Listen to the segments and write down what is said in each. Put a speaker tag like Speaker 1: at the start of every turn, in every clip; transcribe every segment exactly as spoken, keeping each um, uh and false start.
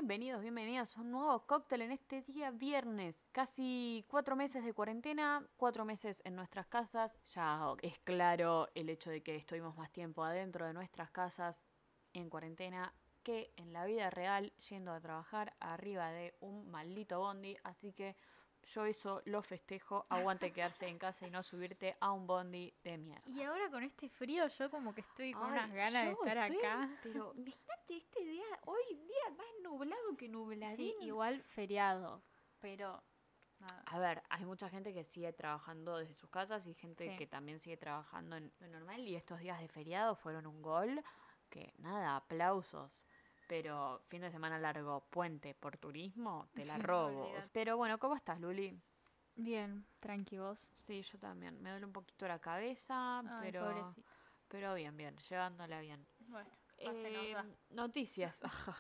Speaker 1: Bienvenidos, bienvenidas a un nuevo cóctel en este día viernes. Casi cuatro meses de cuarentena, cuatro meses en nuestras casas. Ya es claro el hecho de que estuvimos más tiempo adentro de nuestras casas en cuarentena que en la vida real yendo a trabajar arriba de un maldito bondi. Así que yo eso lo festejo. Aguante quedarse en casa y no subirte a un bondi de mierda.
Speaker 2: Y ahora con este frío yo como que estoy con
Speaker 1: Ay,
Speaker 2: unas ganas de
Speaker 1: yo
Speaker 2: estar
Speaker 1: estoy,
Speaker 2: acá.
Speaker 1: pero imagínate este día, hoy día más nublado que nubladín.
Speaker 2: Sí, igual feriado, pero nada.
Speaker 1: A ver, hay mucha gente que sigue trabajando desde sus casas y gente
Speaker 2: Sí.
Speaker 1: que también sigue trabajando en lo normal. Y estos días de feriado fueron un gol que, nada, aplausos. Pero fin de semana largo, puente por turismo, te la robo.
Speaker 2: Olvídate.
Speaker 1: Pero bueno, ¿cómo estás, Luli?
Speaker 2: Bien, tranqui vos.
Speaker 1: Sí, yo también. Me duele un poquito la cabeza,
Speaker 2: Ay,
Speaker 1: pero,
Speaker 2: pobrecito.
Speaker 1: pero bien, bien, llevándola bien.
Speaker 2: Bueno, pase nos
Speaker 1: Eh,
Speaker 2: da.
Speaker 1: noticias,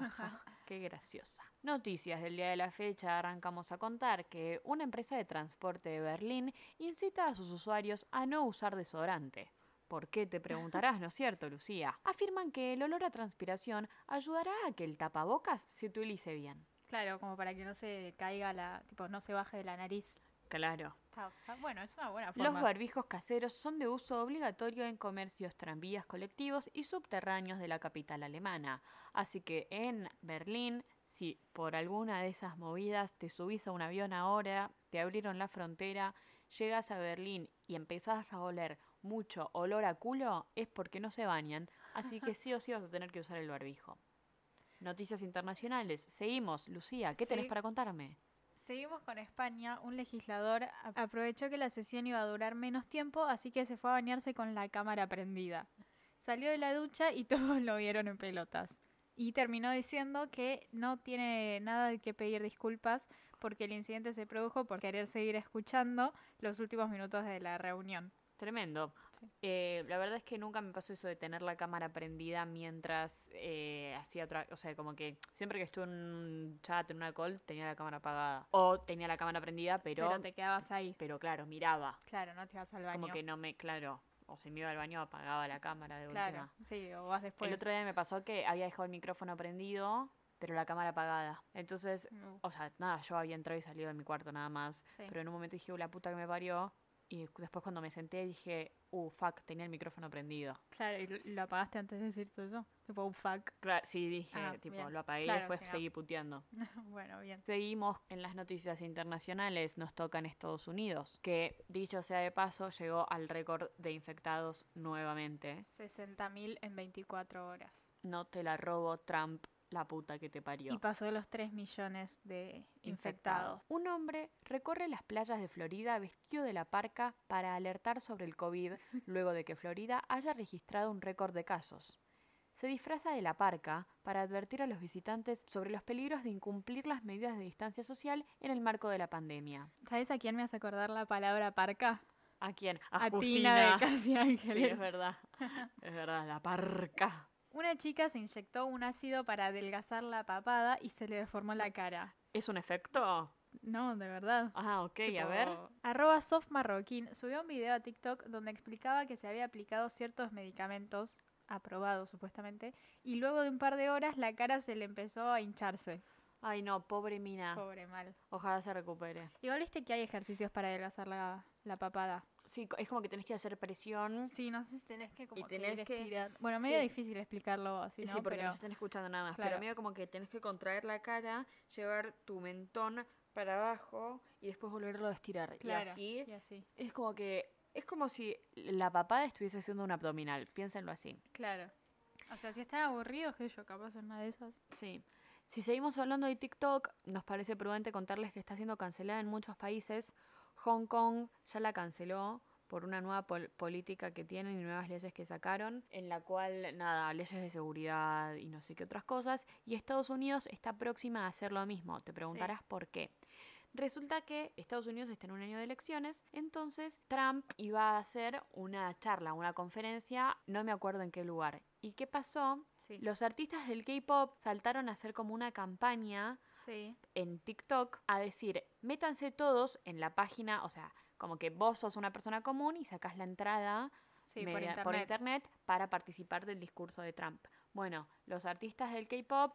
Speaker 1: qué graciosa. Noticias del día de la fecha, arrancamos a contar que una empresa de transporte de Berlín incita a sus usuarios a no usar desodorante. ¿Por qué? Te preguntarás, ¿no es cierto, Lucía? Afirman que el olor a transpiración ayudará a que el tapabocas se utilice bien.
Speaker 2: Claro, como para que no se caiga la, tipo, no se baje de la nariz.
Speaker 1: Claro.
Speaker 2: Está, está- bueno, es una buena forma.
Speaker 1: Los barbijos caseros son de uso obligatorio en comercios, tranvías colectivos y subterráneos de la capital alemana. Así que en Berlín, si por alguna de esas movidas te subís a un avión ahora, te abrieron la frontera, llegas a Berlín y empezás a oler mucho olor a culo, es porque no se bañan. Así que sí o sí vas a tener que usar el barbijo. Noticias internacionales. Seguimos. Lucía, ¿qué tenés
Speaker 2: Sí.
Speaker 1: para contarme?
Speaker 2: Seguimos con España. Un legislador a- aprovechó que la sesión iba a durar menos tiempo, así que se fue a bañarse con la cámara prendida. Salió de la ducha y todos lo vieron en pelotas. Y terminó diciendo que no tiene nada de qué pedir disculpas porque el incidente se produjo por querer seguir escuchando los últimos minutos de la reunión.
Speaker 1: Tremendo.
Speaker 2: Sí.
Speaker 1: Eh, la verdad es que nunca me pasó eso de tener la cámara prendida mientras eh, hacía otra... O sea, como que siempre que estuve en un chat, en una call, tenía la cámara apagada. O tenía la cámara prendida, pero...
Speaker 2: Pero te quedabas ahí.
Speaker 1: Pero claro, miraba.
Speaker 2: Claro, no te vas al baño.
Speaker 1: Como que no me... Claro. O si me iba al baño, apagaba la cámara de
Speaker 2: Claro,
Speaker 1: última.
Speaker 2: sí, o vas después.
Speaker 1: El otro día me pasó que había dejado el micrófono prendido, pero la cámara apagada. Entonces,
Speaker 2: No.
Speaker 1: o sea, nada, yo había entrado y salido de mi cuarto nada más.
Speaker 2: Sí.
Speaker 1: Pero en un momento dije, "Uh, la puta que me parió". Y después cuando me senté dije, uh, fuck, tenía el micrófono prendido.
Speaker 2: Claro, y lo- lo apagaste antes de decirte eso. Tipo un fuck.
Speaker 1: Claro, sí, dije,
Speaker 2: Ah,
Speaker 1: tipo,
Speaker 2: bien.
Speaker 1: lo apagué
Speaker 2: Claro,
Speaker 1: y después
Speaker 2: si no.
Speaker 1: seguí puteando.
Speaker 2: Bueno, bien.
Speaker 1: Seguimos en las noticias internacionales, nos toca en Estados Unidos, que dicho sea de paso, llegó al récord de infectados nuevamente.
Speaker 2: sesenta mil en veinticuatro horas.
Speaker 1: No te la robo, Trump, la puta que te parió.
Speaker 2: Y pasó los tres millones de infectados.
Speaker 1: Un hombre recorre las playas de Florida vestido de la parca para alertar sobre el COVID luego de que Florida haya registrado un récord de casos. Se disfraza de la parca para advertir a los visitantes sobre los peligros de incumplir las medidas de distancia social en el marco de la pandemia.
Speaker 2: ¿Sabes a quién me hace acordar la palabra parca?
Speaker 1: ¿A quién?
Speaker 2: A
Speaker 1: Justina.
Speaker 2: Tina de Casi
Speaker 1: Sí,
Speaker 2: Ángeles.
Speaker 1: es verdad. Es verdad, la parca.
Speaker 2: Una chica se inyectó un ácido para adelgazar la papada y se le deformó la cara.
Speaker 1: ¿Es un efecto?
Speaker 2: No, de verdad.
Speaker 1: Ah, ok,
Speaker 2: Tipo,
Speaker 1: a ver.
Speaker 2: Arroba softmarroquín subió un video a TikTok donde explicaba que se había aplicado ciertos medicamentos, aprobados supuestamente, y luego de un par de horas la cara se le empezó a hincharse.
Speaker 1: Ay, no, pobre mina.
Speaker 2: Pobre mal.
Speaker 1: Ojalá se recupere.
Speaker 2: Igual viste que hay ejercicios para adelgazar la, la papada.
Speaker 1: Sí, es como que tenés que hacer presión.
Speaker 2: Sí, no sé si tenés que como
Speaker 1: Y tenés
Speaker 2: que ir
Speaker 1: que-
Speaker 2: estirando. Bueno, medio
Speaker 1: sí.
Speaker 2: difícil explicarlo así, ¿no?
Speaker 1: Sí, porque
Speaker 2: Pero
Speaker 1: no se están escuchando nada más.
Speaker 2: Claro.
Speaker 1: Pero medio como que tenés que contraer la cara, llevar tu mentón para abajo y después volverlo a estirar.
Speaker 2: claro,
Speaker 1: Y así
Speaker 2: y así.
Speaker 1: es como que es como si la papada estuviese haciendo un abdominal. Piénsenlo así.
Speaker 2: Claro. O sea, si están aburridos, que yo capaz en una de esas.
Speaker 1: Sí. Si seguimos hablando de TikTok, nos parece prudente contarles que está siendo cancelada en muchos países. Hong Kong ya la canceló por una nueva pol- política que tienen y nuevas leyes que sacaron, en la cual, nada, leyes de seguridad y no sé qué otras cosas. Y Estados Unidos está próxima a hacer lo mismo. Te preguntarás
Speaker 2: Sí.
Speaker 1: por qué. Resulta que Estados Unidos está en un año de elecciones, entonces Trump iba a hacer una charla, una conferencia, no me acuerdo en qué lugar. ¿Y qué pasó?
Speaker 2: Sí.
Speaker 1: Los artistas del K-pop saltaron a hacer como una campaña
Speaker 2: Sí.
Speaker 1: en TikTok a decir, métanse todos en la página, o sea, como que vos sos una persona común y sacás la entrada
Speaker 2: Sí, por
Speaker 1: media-
Speaker 2: internet.
Speaker 1: internet para participar del discurso de Trump. Bueno, los artistas del K-pop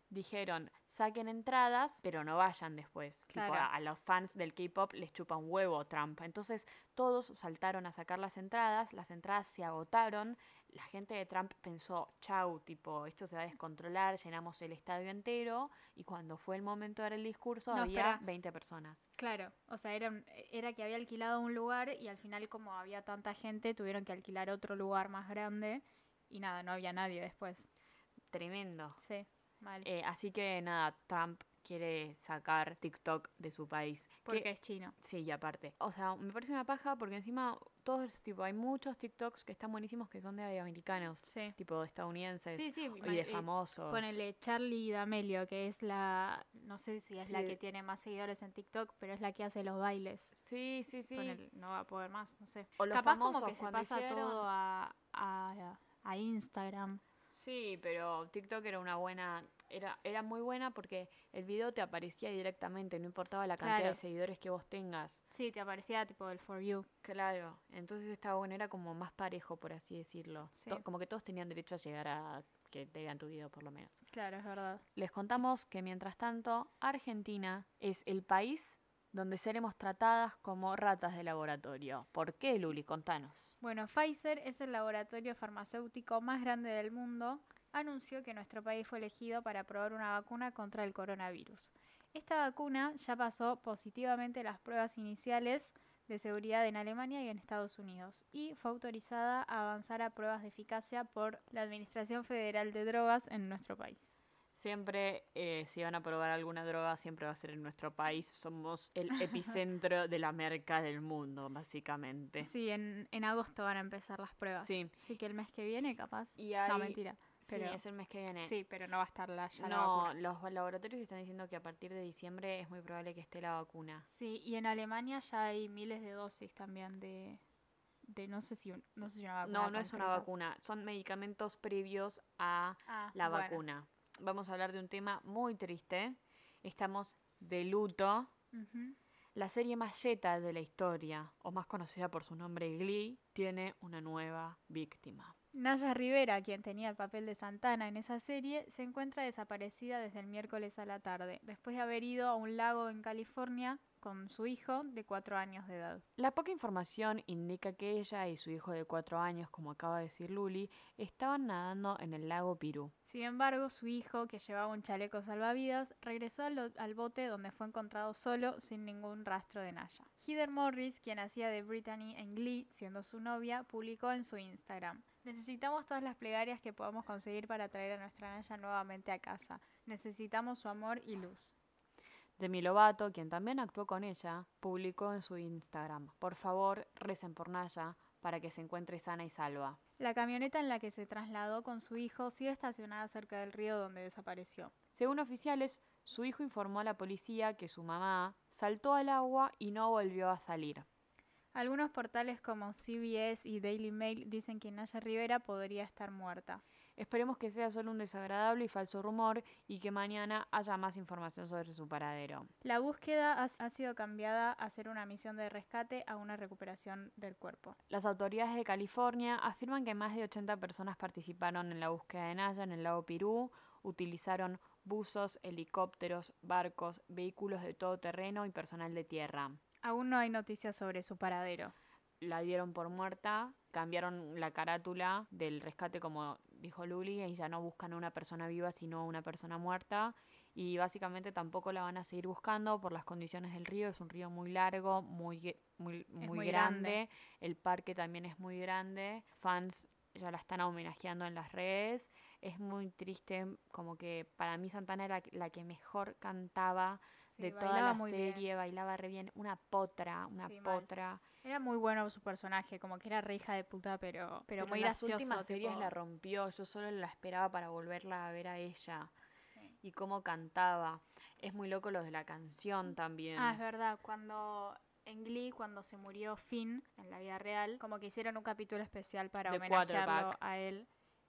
Speaker 1: dijeron, saquen entradas, pero no vayan después.
Speaker 2: Claro.
Speaker 1: Tipo, a, a los fans del K-pop les chupa un huevo Trump. Entonces todos saltaron a sacar las entradas, las entradas se agotaron, la gente de Trump pensó, chau, tipo, esto se va a descontrolar, llenamos el estadio entero, y cuando fue el momento de dar el discurso
Speaker 2: No,
Speaker 1: había
Speaker 2: espera.
Speaker 1: veinte personas.
Speaker 2: Claro, o sea, era, un- era que había alquilado un lugar y al final como había tanta gente tuvieron que alquilar otro lugar más grande y nada, no había nadie después.
Speaker 1: Tremendo.
Speaker 2: Sí, mal.
Speaker 1: Eh, así que nada, Trump quiere sacar TikTok de su país.
Speaker 2: Porque
Speaker 1: Que-
Speaker 2: es chino.
Speaker 1: Sí, y aparte. O sea, me parece una paja porque encima todos, tipo, hay muchos TikToks que están buenísimos que son de americanos,
Speaker 2: Sí.
Speaker 1: tipo estadounidenses
Speaker 2: Sí, sí,
Speaker 1: y de famosos.
Speaker 2: Ponele Charlie D'Amelio, que es la, no sé si es
Speaker 1: Sí.
Speaker 2: la que tiene más seguidores en TikTok, pero es la que hace los bailes.
Speaker 1: Sí, sí, sí.
Speaker 2: Ponele, no va a poder más, no sé.
Speaker 1: O los
Speaker 2: Capaz
Speaker 1: famosos
Speaker 2: como que se
Speaker 1: cuando
Speaker 2: pasa
Speaker 1: hicieron-
Speaker 2: todo a, a, a Instagram.
Speaker 1: Sí, pero TikTok era una buena, era, era muy buena porque el video te aparecía directamente, no importaba la cantidad
Speaker 2: Claro.
Speaker 1: de seguidores que vos tengas.
Speaker 2: Sí, te aparecía tipo el For You.
Speaker 1: Claro, entonces estaba bueno, era como más parejo, por así decirlo.
Speaker 2: Sí.
Speaker 1: To- como que todos tenían derecho a llegar a que te vean tu video, por lo menos.
Speaker 2: Claro, es verdad.
Speaker 1: Les contamos que mientras tanto, Argentina es el país donde seremos tratadas como ratas de laboratorio. ¿Por qué, Luli? Contanos.
Speaker 2: Bueno, Pfizer es el laboratorio farmacéutico más grande del mundo. Anunció que nuestro país fue elegido para probar una vacuna contra el coronavirus. Esta vacuna ya pasó positivamente las pruebas iniciales de seguridad en Alemania y en Estados Unidos y fue autorizada a avanzar a pruebas de eficacia por la Administración Federal de Drogas en nuestro país.
Speaker 1: Siempre, eh, si van a probar alguna droga, siempre va a ser en nuestro país. Somos el epicentro de la merca del mundo, básicamente.
Speaker 2: Sí, en, en agosto van a empezar las pruebas.
Speaker 1: Sí.
Speaker 2: Así que el mes que viene, capaz.
Speaker 1: Y
Speaker 2: No,
Speaker 1: hay-
Speaker 2: mentira. Pero...
Speaker 1: Sí, es el mes que viene.
Speaker 2: Sí, pero no va a estar la, ya la
Speaker 1: No,
Speaker 2: vacuna.
Speaker 1: los laboratorios están diciendo que a partir de diciembre es muy probable que esté la vacuna.
Speaker 2: Sí, y en Alemania ya hay miles de dosis también de, de no sé si un- no sé si una vacuna
Speaker 1: No, no es una
Speaker 2: concreta.
Speaker 1: vacuna, son medicamentos previos a
Speaker 2: Ah,
Speaker 1: la
Speaker 2: bueno.
Speaker 1: vacuna. Vamos a hablar de un tema muy triste. Estamos de luto.
Speaker 2: Ujú.
Speaker 1: La serie más yeta de la historia, o más conocida por su nombre Glee, tiene una nueva víctima.
Speaker 2: Naya Rivera, quien tenía el papel de Santana en esa serie, se encuentra desaparecida desde el miércoles a la tarde, después de haber ido a un lago en California con su hijo de cuatro años de edad.
Speaker 1: La poca información indica que ella y su hijo de cuatro años, como acaba de decir Luli, estaban nadando en el lago Pirú.
Speaker 2: Sin embargo, su hijo, que llevaba un chaleco salvavidas, regresó al, lo- al bote donde fue encontrado solo, sin ningún rastro de Naya. Heather Morris, quien hacía de Brittany en Glee, siendo su novia, publicó en su Instagram: necesitamos todas las plegarias que podamos conseguir para traer a nuestra Naya nuevamente a casa. Necesitamos su amor y luz.
Speaker 1: Demi Lovato, quien también actuó con ella, publicó en su Instagram: por favor, recen por Naya para que se encuentre sana y salva.
Speaker 2: La camioneta en la que se trasladó con su hijo sigue estacionada cerca del río donde desapareció.
Speaker 1: Según oficiales, su hijo informó a la policía que su mamá saltó al agua y no volvió a salir.
Speaker 2: Algunos portales como C B S y Daily Mail dicen que Naya Rivera podría estar muerta.
Speaker 1: Esperemos que sea solo un desagradable y falso rumor y que mañana haya más información sobre su paradero.
Speaker 2: La búsqueda ha, ha sido cambiada a ser una misión de rescate a una recuperación del cuerpo.
Speaker 1: Las autoridades de California afirman que más de ochenta personas participaron en la búsqueda de Naya en el lago Pirú, utilizaron buzos, helicópteros, barcos, vehículos de todo terreno y personal de tierra.
Speaker 2: Aún no hay noticias sobre su paradero.
Speaker 1: La dieron por muerta, cambiaron la carátula del rescate, como dijo Luli, y ya no buscan a una persona viva sino a una persona muerta, y básicamente tampoco la van a seguir buscando por las condiciones del río. Es un río muy largo, muy, muy, muy,
Speaker 2: muy
Speaker 1: grande.
Speaker 2: grande.
Speaker 1: El parque también es muy grande, fans ya la están homenajeando en las redes. Es muy triste, como que para mí Santana era la que mejor cantaba
Speaker 2: Sí,
Speaker 1: de toda
Speaker 2: bailaba
Speaker 1: la
Speaker 2: muy
Speaker 1: serie,
Speaker 2: bien.
Speaker 1: bailaba re bien, una potra, una
Speaker 2: Sí, mal.
Speaker 1: potra.
Speaker 2: Era muy bueno su personaje, como que era re hija de puta, pero, pero, muy
Speaker 1: en las
Speaker 2: gracioso.
Speaker 1: últimas series
Speaker 2: tipo-
Speaker 1: la rompió, yo solo la esperaba para volverla a ver a ella.
Speaker 2: Sí.
Speaker 1: Y cómo cantaba. Es muy loco lo de la canción también.
Speaker 2: Ah, es verdad, cuando en Glee, cuando se murió Finn en la vida real, como que hicieron un capítulo especial para
Speaker 1: The
Speaker 2: homenajearlo
Speaker 1: Quarterback.
Speaker 2: a él.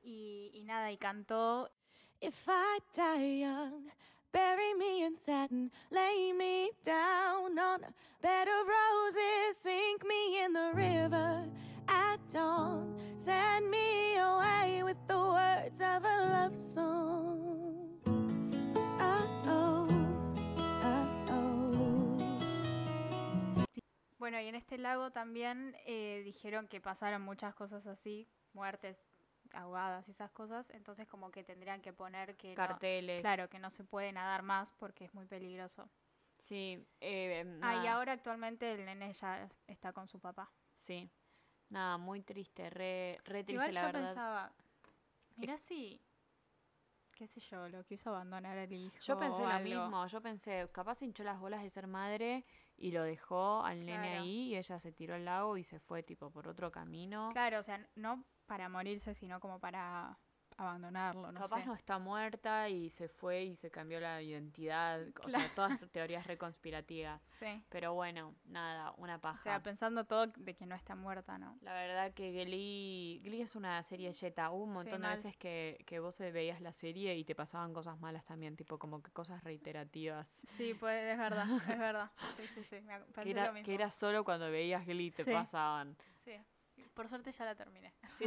Speaker 2: Y, y nada, y cantó.
Speaker 3: If I die young, bury me in satin, lay me down on a bed of roses, sink me in the river at dawn, send me away with the words of a love song.
Speaker 2: este lago también eh, dijeron que pasaron muchas cosas así, muertes, ahogadas y esas cosas, entonces como que tendrían que poner que no,
Speaker 1: Carteles.
Speaker 2: claro, que no se puede nadar más porque es muy peligroso.
Speaker 1: Sí, eh,
Speaker 2: Ah, y
Speaker 1: nada,
Speaker 2: ahora actualmente el nene ya está con su papá.
Speaker 1: sí. Nada, muy triste, re, re triste
Speaker 2: Igual
Speaker 1: la
Speaker 2: yo
Speaker 1: verdad.
Speaker 2: pensaba, mirá si, qué sé yo, lo quiso abandonar al hijo.
Speaker 1: Yo pensé
Speaker 2: o
Speaker 1: lo
Speaker 2: algo.
Speaker 1: mismo, yo pensé, capaz se hinchó las bolas de ser madre y lo dejó al nene
Speaker 2: Claro.
Speaker 1: ahí y ella se tiró al lago y se fue tipo por otro camino.
Speaker 2: Claro, o sea, no para morirse, sino como para abandonarlo, no
Speaker 1: Capaz
Speaker 2: sé.
Speaker 1: no está muerta y se fue y se cambió la identidad, o
Speaker 2: Claro.
Speaker 1: sea, todas teorías reconspirativas.
Speaker 2: Sí.
Speaker 1: Pero bueno, nada, una paja.
Speaker 2: O sea, pensando todo de que no está muerta, ¿no?
Speaker 1: La verdad que Glee, Glee es una serie yeta. Hubo un
Speaker 2: Sí,
Speaker 1: montón de
Speaker 2: mal.
Speaker 1: veces que, que vos veías la serie y te pasaban cosas malas también, tipo como que cosas reiterativas.
Speaker 2: Sí, pues es verdad, es verdad. Sí, sí, sí, me ac-
Speaker 1: Que
Speaker 2: pensé
Speaker 1: era,
Speaker 2: lo mismo.
Speaker 1: que era solo cuando veías Glee te
Speaker 2: Sí.
Speaker 1: pasaban.
Speaker 2: Sí, por suerte ya la terminé.
Speaker 1: Sí.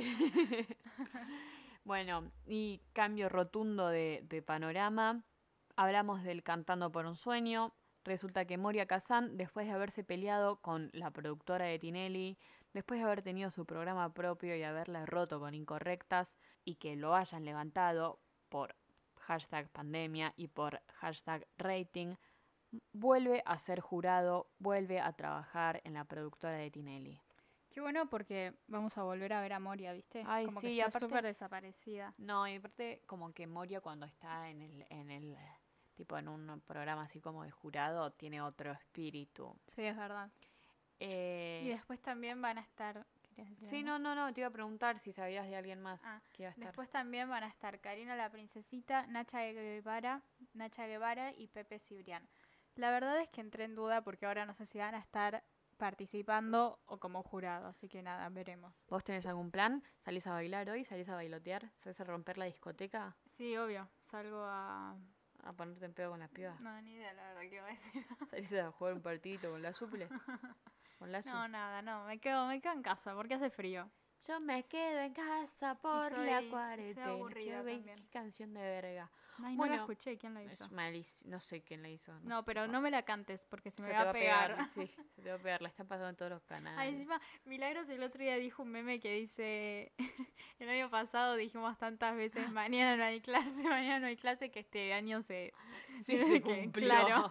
Speaker 1: Bueno, y cambio rotundo de, de panorama. Hablamos del Cantando por un Sueño. Resulta que Moria Kazan, después de haberse peleado con la productora de Tinelli, después de haber tenido su programa propio y haberla roto con incorrectas y que lo hayan levantado por hashtag pandemia y por hashtag rating, vuelve a ser jurado, vuelve a trabajar en la productora de Tinelli.
Speaker 2: Qué bueno porque vamos a volver a ver a Moria, ¿viste?
Speaker 1: Ay,
Speaker 2: como
Speaker 1: sí,
Speaker 2: que
Speaker 1: y
Speaker 2: está
Speaker 1: aparte-
Speaker 2: súper desaparecida.
Speaker 1: No, y aparte como que Moria cuando está en el, en el tipo en un programa así como de jurado tiene otro espíritu.
Speaker 2: Sí, es verdad.
Speaker 1: Eh,
Speaker 2: Y después también van a estar... ¿querías decir
Speaker 1: sí,
Speaker 2: algo?
Speaker 1: no, no, no, te iba a preguntar si sabías de alguien más
Speaker 2: Ah,
Speaker 1: que iba a estar.
Speaker 2: Después también van a estar Karina la Princesita, Nacha Guevara, Nacha Guevara y Pepe Cibrián. La verdad es que entré en duda porque ahora no sé si van a estar participando o como jurado, así que nada, veremos.
Speaker 1: ¿Vos tenés algún plan? ¿Salís a bailar hoy? ¿Salís a bailotear? ¿Salís a romper la discoteca?
Speaker 2: Sí, obvio, salgo a...
Speaker 1: ¿A ponerte en pedo con las pibas?
Speaker 2: No, ni idea la verdad que iba a decir.
Speaker 1: ¿Salís a jugar un partidito con la suple? ¿Con la su?
Speaker 2: No, nada, no, me quedo, me quedo en casa porque hace frío.
Speaker 1: Yo me quedo en casa por
Speaker 2: soy-
Speaker 1: la
Speaker 2: soy
Speaker 1: cuarentena.
Speaker 2: aburrida
Speaker 1: Qué, be-
Speaker 2: también.
Speaker 1: qué canción de verga.
Speaker 2: Ay, no
Speaker 1: Bueno,
Speaker 2: la escuché, ¿quién la hizo?
Speaker 1: Es malísimo. No sé quién la hizo.
Speaker 2: No,
Speaker 1: sé,
Speaker 2: pero
Speaker 1: tipo,
Speaker 2: no me la cantes porque se me
Speaker 1: se
Speaker 2: va
Speaker 1: te
Speaker 2: a pegar.
Speaker 1: Sí, se te va a pegar. La están pasando en todos los canales.
Speaker 2: Ay, encima, Milagros el otro día dijo un meme que dice, el año pasado dijimos tantas veces, mañana no hay clase, mañana no hay clase, que este año se...
Speaker 1: Sí,
Speaker 2: que-
Speaker 1: se
Speaker 2: que-
Speaker 1: cumplió.
Speaker 2: Claro.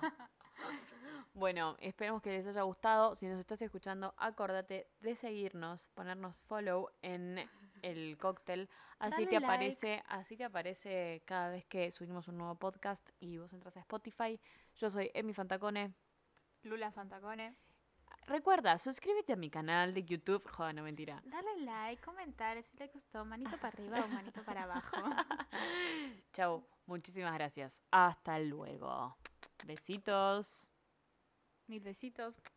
Speaker 1: Bueno, esperemos que les haya gustado. Si nos estás escuchando, acordate de seguirnos, ponernos follow en el cóctel. Así
Speaker 2: Dale
Speaker 1: te
Speaker 2: like.
Speaker 1: aparece, así te aparece cada vez que subimos un nuevo podcast y vos entras a Spotify. Yo soy Emi Fantacone.
Speaker 2: Lula Fantacone.
Speaker 1: Recuerda, suscríbete a mi canal de YouTube. Joder, no mentira.
Speaker 2: Dale like, comentar si te gustó, manito para arriba o manito para abajo.
Speaker 1: Chau, muchísimas gracias. Hasta luego. Besitos.
Speaker 2: Mil besitos.